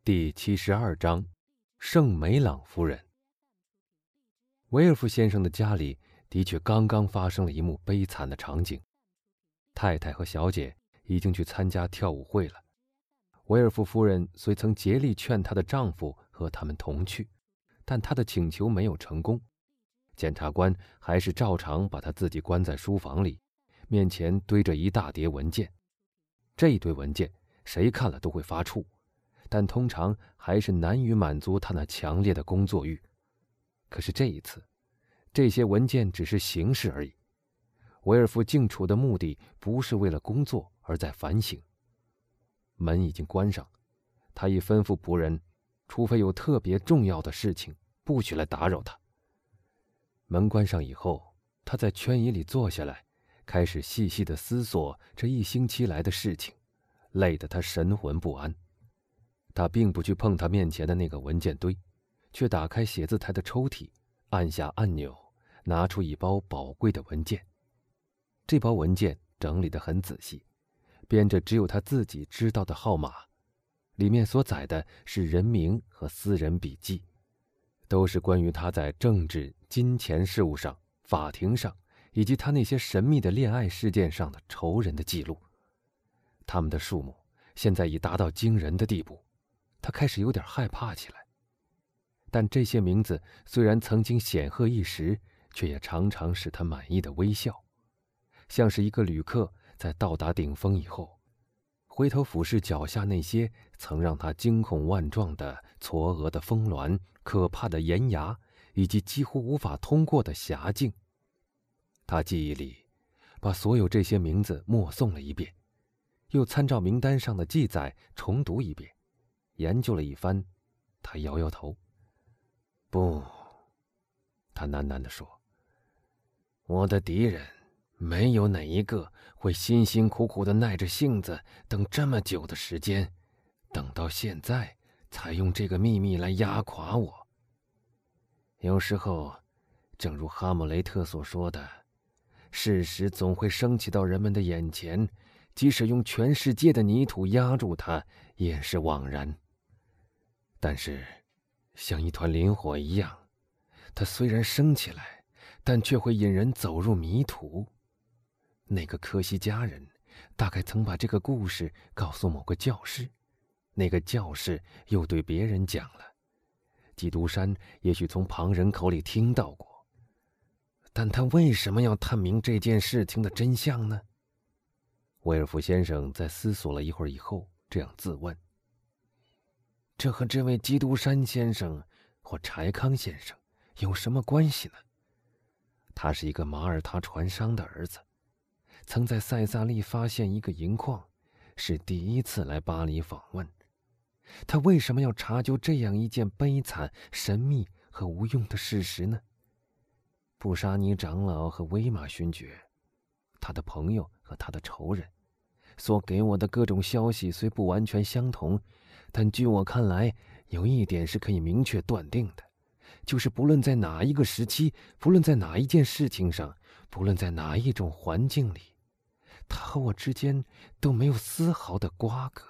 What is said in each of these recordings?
第72章，圣梅朗夫人。维尔夫先生的家里的确刚刚发生了一幕悲惨的场景。太太和小姐已经去参加跳舞会了。维尔夫夫人虽曾竭力劝她的丈夫和他们同去，但她的请求没有成功。检察官还是照常把她自己关在书房里，面前堆着一大叠文件。这一堆文件谁看了都会发怵，但通常还是难于满足他那强烈的工作欲。可是这一次，这些文件只是形式而已。维尔夫静处的目的不是为了工作，而在反省。门已经关上，他已吩咐仆人，除非有特别重要的事情，不许来打扰他。门关上以后，他在圈椅里坐下来，开始细细地思索这一星期来的事情，累得他神魂不安。他并不去碰他面前的那个文件堆，却打开写字台的抽屉，按下按钮，拿出一包宝贵的文件。这包文件整理得很仔细，编着只有他自己知道的号码，里面所载的是人名和私人笔记，都是关于他在政治、金钱事务上、法庭上，以及他那些神秘的恋爱事件上的仇人的记录。他们的数目现在已达到惊人的地步，他开始有点害怕起来。但这些名字虽然曾经显赫一时，却也常常使他满意的微笑，像是一个旅客在到达顶峰以后，回头俯视脚下那些曾让他惊恐万状的嵯峨的峰峦、可怕的岩崖，以及几乎无法通过的峡径。他记忆里把所有这些名字默诵了一遍，又参照名单上的记载重读一遍，研究了一番。他摇摇头。不，他喃喃地说，我的敌人没有哪一个会辛辛苦苦地耐着性子等这么久的时间，等到现在才用这个秘密来压垮我。有时候，正如哈姆雷特所说的，事实总会升起到人们的眼前，即使用全世界的泥土压住它，也是枉然。但是，像一团磷火一样，它虽然升起来，但却会引人走入迷途。那个科西嘉人大概曾把这个故事告诉某个教士，那个教士又对别人讲了。基督山也许从旁人口里听到过，但他为什么要探明这件事情的真相呢？威尔夫先生在思索了一会儿以后，这样自问：这和这位基督山先生或柴康先生有什么关系呢？他是一个马耳他船商的儿子，曾在塞萨利发现一个银矿，是第一次来巴黎访问。他为什么要查究这样一件悲惨、神秘和无用的事实呢？布沙尼长老和威玛勋爵，他的朋友和他的仇人，所给我的各种消息虽不完全相同，但据我看来，有一点是可以明确断定的，就是不论在哪一个时期，不论在哪一件事情上，不论在哪一种环境里，他和我之间都没有丝毫的瓜葛。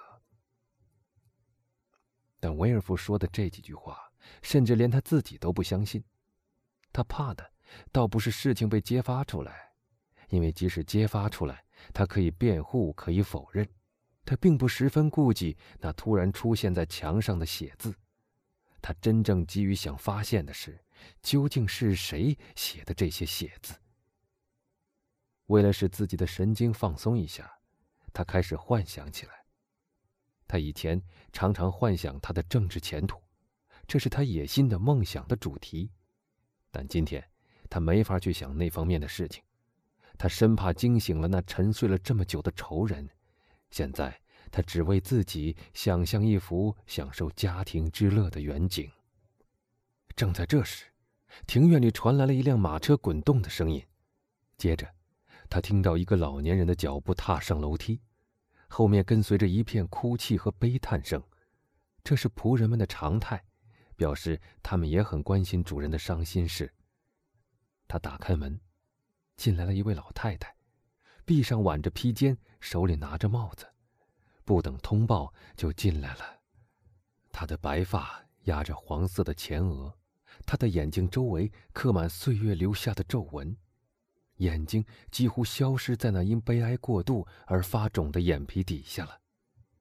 但维尔夫说的这几句话，甚至连他自己都不相信。他怕的倒不是事情被揭发出来，因为即使揭发出来，他可以辩护，可以否认。他并不十分顾忌那突然出现在墙上的写字，他真正急于想发现的是，究竟是谁写的这些写字。为了使自己的神经放松一下，他开始幻想起来。他以前常常幻想他的政治前途，这是他野心的梦想的主题。但今天他没法去想那方面的事情，他生怕惊醒了那沉睡了这么久的仇人。现在他只为自己想象一幅享受家庭之乐的远景。正在这时，庭院里传来了一辆马车滚动的声音，接着他听到一个老年人的脚步踏上楼梯，后面跟随着一片哭泣和悲叹声。这是仆人们的常态，表示他们也很关心主人的伤心事。他打开门，进来了一位老太太，臂上挽着披肩，手里拿着帽子，不等通报就进来了。 她的白发压着黄色的前额，她的眼睛周围刻满岁月留下的皱纹，眼睛几乎消失在那因悲哀过度而发肿的眼皮底下了。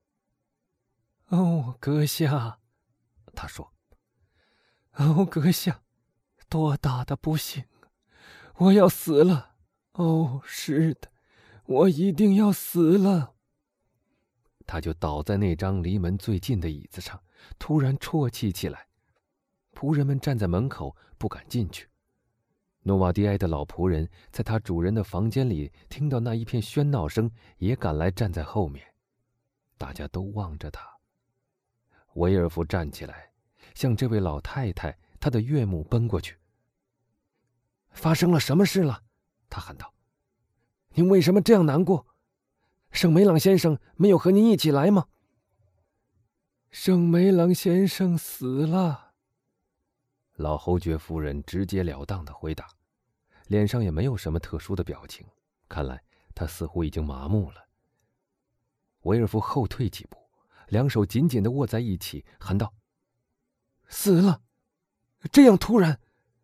哦，阁下，他说。哦，阁下，多大的不幸！我要死了！哦，是的，我一定要死了。 他就倒在那张离门最近的椅子上，突然啜泣起来。仆人们站在门口不敢进去。诺瓦迪埃的老仆人在他主人的房间里听到那一片喧闹声，也赶来站在后面。大家都望着他。维尔福站起来，向这位老太太她的岳母奔过去。发生了什么事了？他喊道。您为什么这样难过？圣梅朗先生没有和您一起来吗？ 圣梅朗先生死了。 老侯爵夫人直截了当地回答，脸上也没有什么特殊的表情，看来她似乎已经麻木了。维尔福后退几步，两手紧紧地握在一起，喊道： 死了？这样突然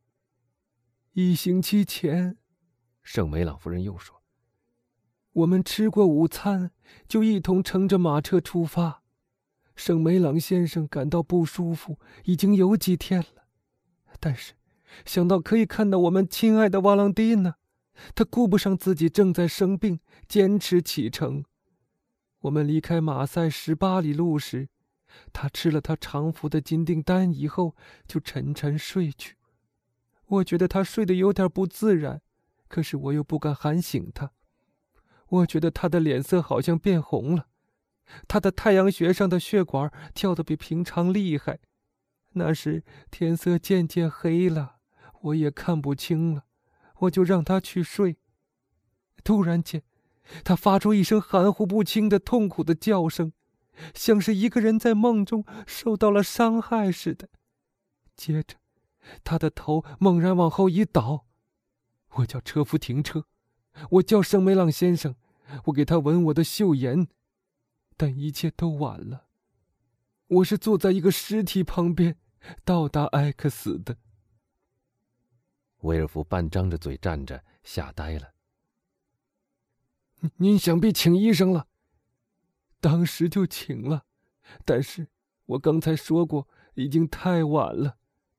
？1星期前， 圣梅朗夫人又说， 我们吃过午餐，就一同乘着马车出发。圣梅朗先生感到不舒服，已经有几天了。但是，想到可以看到我们亲爱的瓦朗蒂娜，他顾不上自己正在生病，坚持启程。我们离开马赛18里路时，他吃了他常服的金锭丹以后，就沉沉睡去。我觉得他睡得有点不自然，可是我又不敢喊醒他。我觉得他的脸色好像变红了，他的太阳穴上的血管跳得比平常厉害。那时天色渐渐黑了，我也看不清了，我就让他去睡。突然间，他发出一声含糊不清的痛苦的叫声，像是一个人在梦中受到了伤害似的。接着，他的头猛然往后一倒。我叫车夫停车，我叫圣梅朗先生，我给他闻我的袖沿，但一切都晚了。我是坐在一个尸体旁边到达埃克斯的。 威尔福半张着嘴站着，吓呆了。 您想必请医生了？当时就请了，但是我刚才说过，已经太晚了。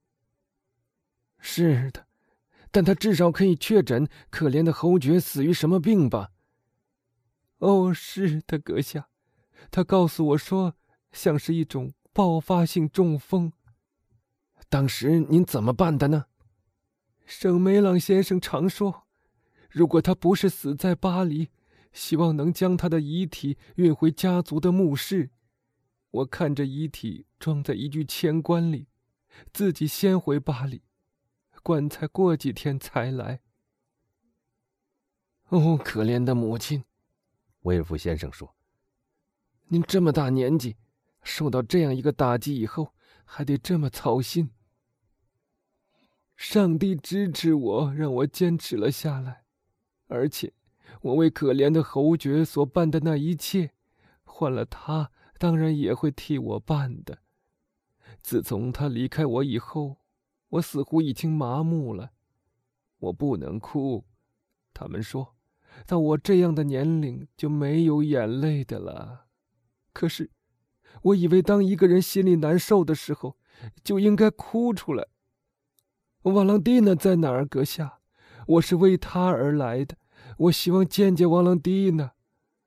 是的，但他至少可以确诊可怜的侯爵死于什么病吧？哦，是的，阁下，他告诉我说，像是一种爆发性中风。当时您怎么办的呢？圣梅朗先生常说，如果他不是死在巴黎，希望能将他的遗体运回家族的墓室。我看着遗体装在一具铅棺里，自己先回巴黎，棺材过几天才来。哦，可怜的母亲， 威尔福先生说， 您这么大年纪，受到这样一个打击以后，还得这么操心。上帝支持我，让我坚持了下来，而且我为可怜的侯爵所办的那一切，换了他，当然也会替我办的。自从他离开我以后，我似乎已经麻木了。我不能哭，他们说，到我这样的年龄就没有眼泪的了。可是，我以为当一个人心里难受的时候，就应该哭出来。瓦朗蒂娜在哪儿，阁下？我是为她而来的，我希望见见瓦朗蒂娜。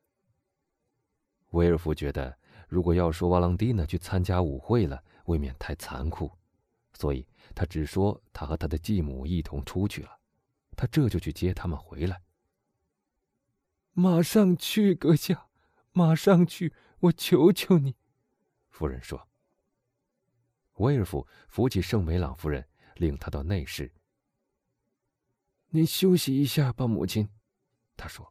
威尔福觉得，如果要说瓦朗蒂娜去参加舞会了，未免太残酷，所以他只说他和他的继母一同出去了，他这就去接他们回来。 马上去，阁下，马上去，我求求你， 夫人说。威尔福扶起圣梅朗夫人，领她到内室。 您休息一下吧，母亲，他说。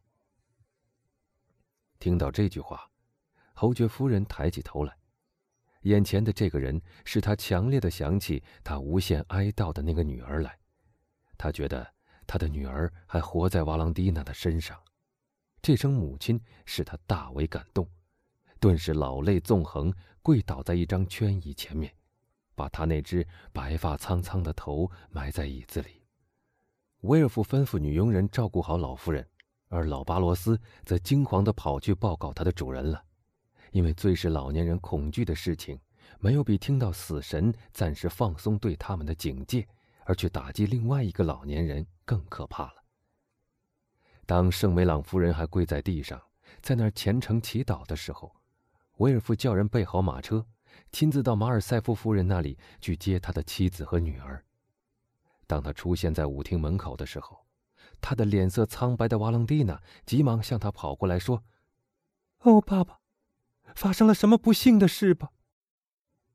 听到这句话，侯爵夫人抬起头来，眼前的这个人使她强烈地想起她无限哀悼的那个女儿来。她觉得她的女儿还活在瓦朗蒂娜的身上。这声母亲使她大为感动， 顿时老泪纵横，跪倒在一张圈椅前面，把他那只白发苍苍的头埋在椅子里。威尔夫吩咐女佣人照顾好老妇人，而老巴罗斯则惊慌地跑去报告他的主人了，因为最使老年人恐惧的事情，没有比听到死神暂时放松对他们的警戒，而去打击另外一个老年人更可怕了。当圣梅朗夫人还跪在地上，在那儿虔诚祈祷的时候，威尔夫叫人备好马车，亲自到马尔塞夫夫人那里去接他的妻子和女儿。当他出现在舞厅门口的时候，他的脸色苍白的瓦朗蒂娜急忙向他跑过来说：“ 哦，爸爸，发生了什么不幸的事吧？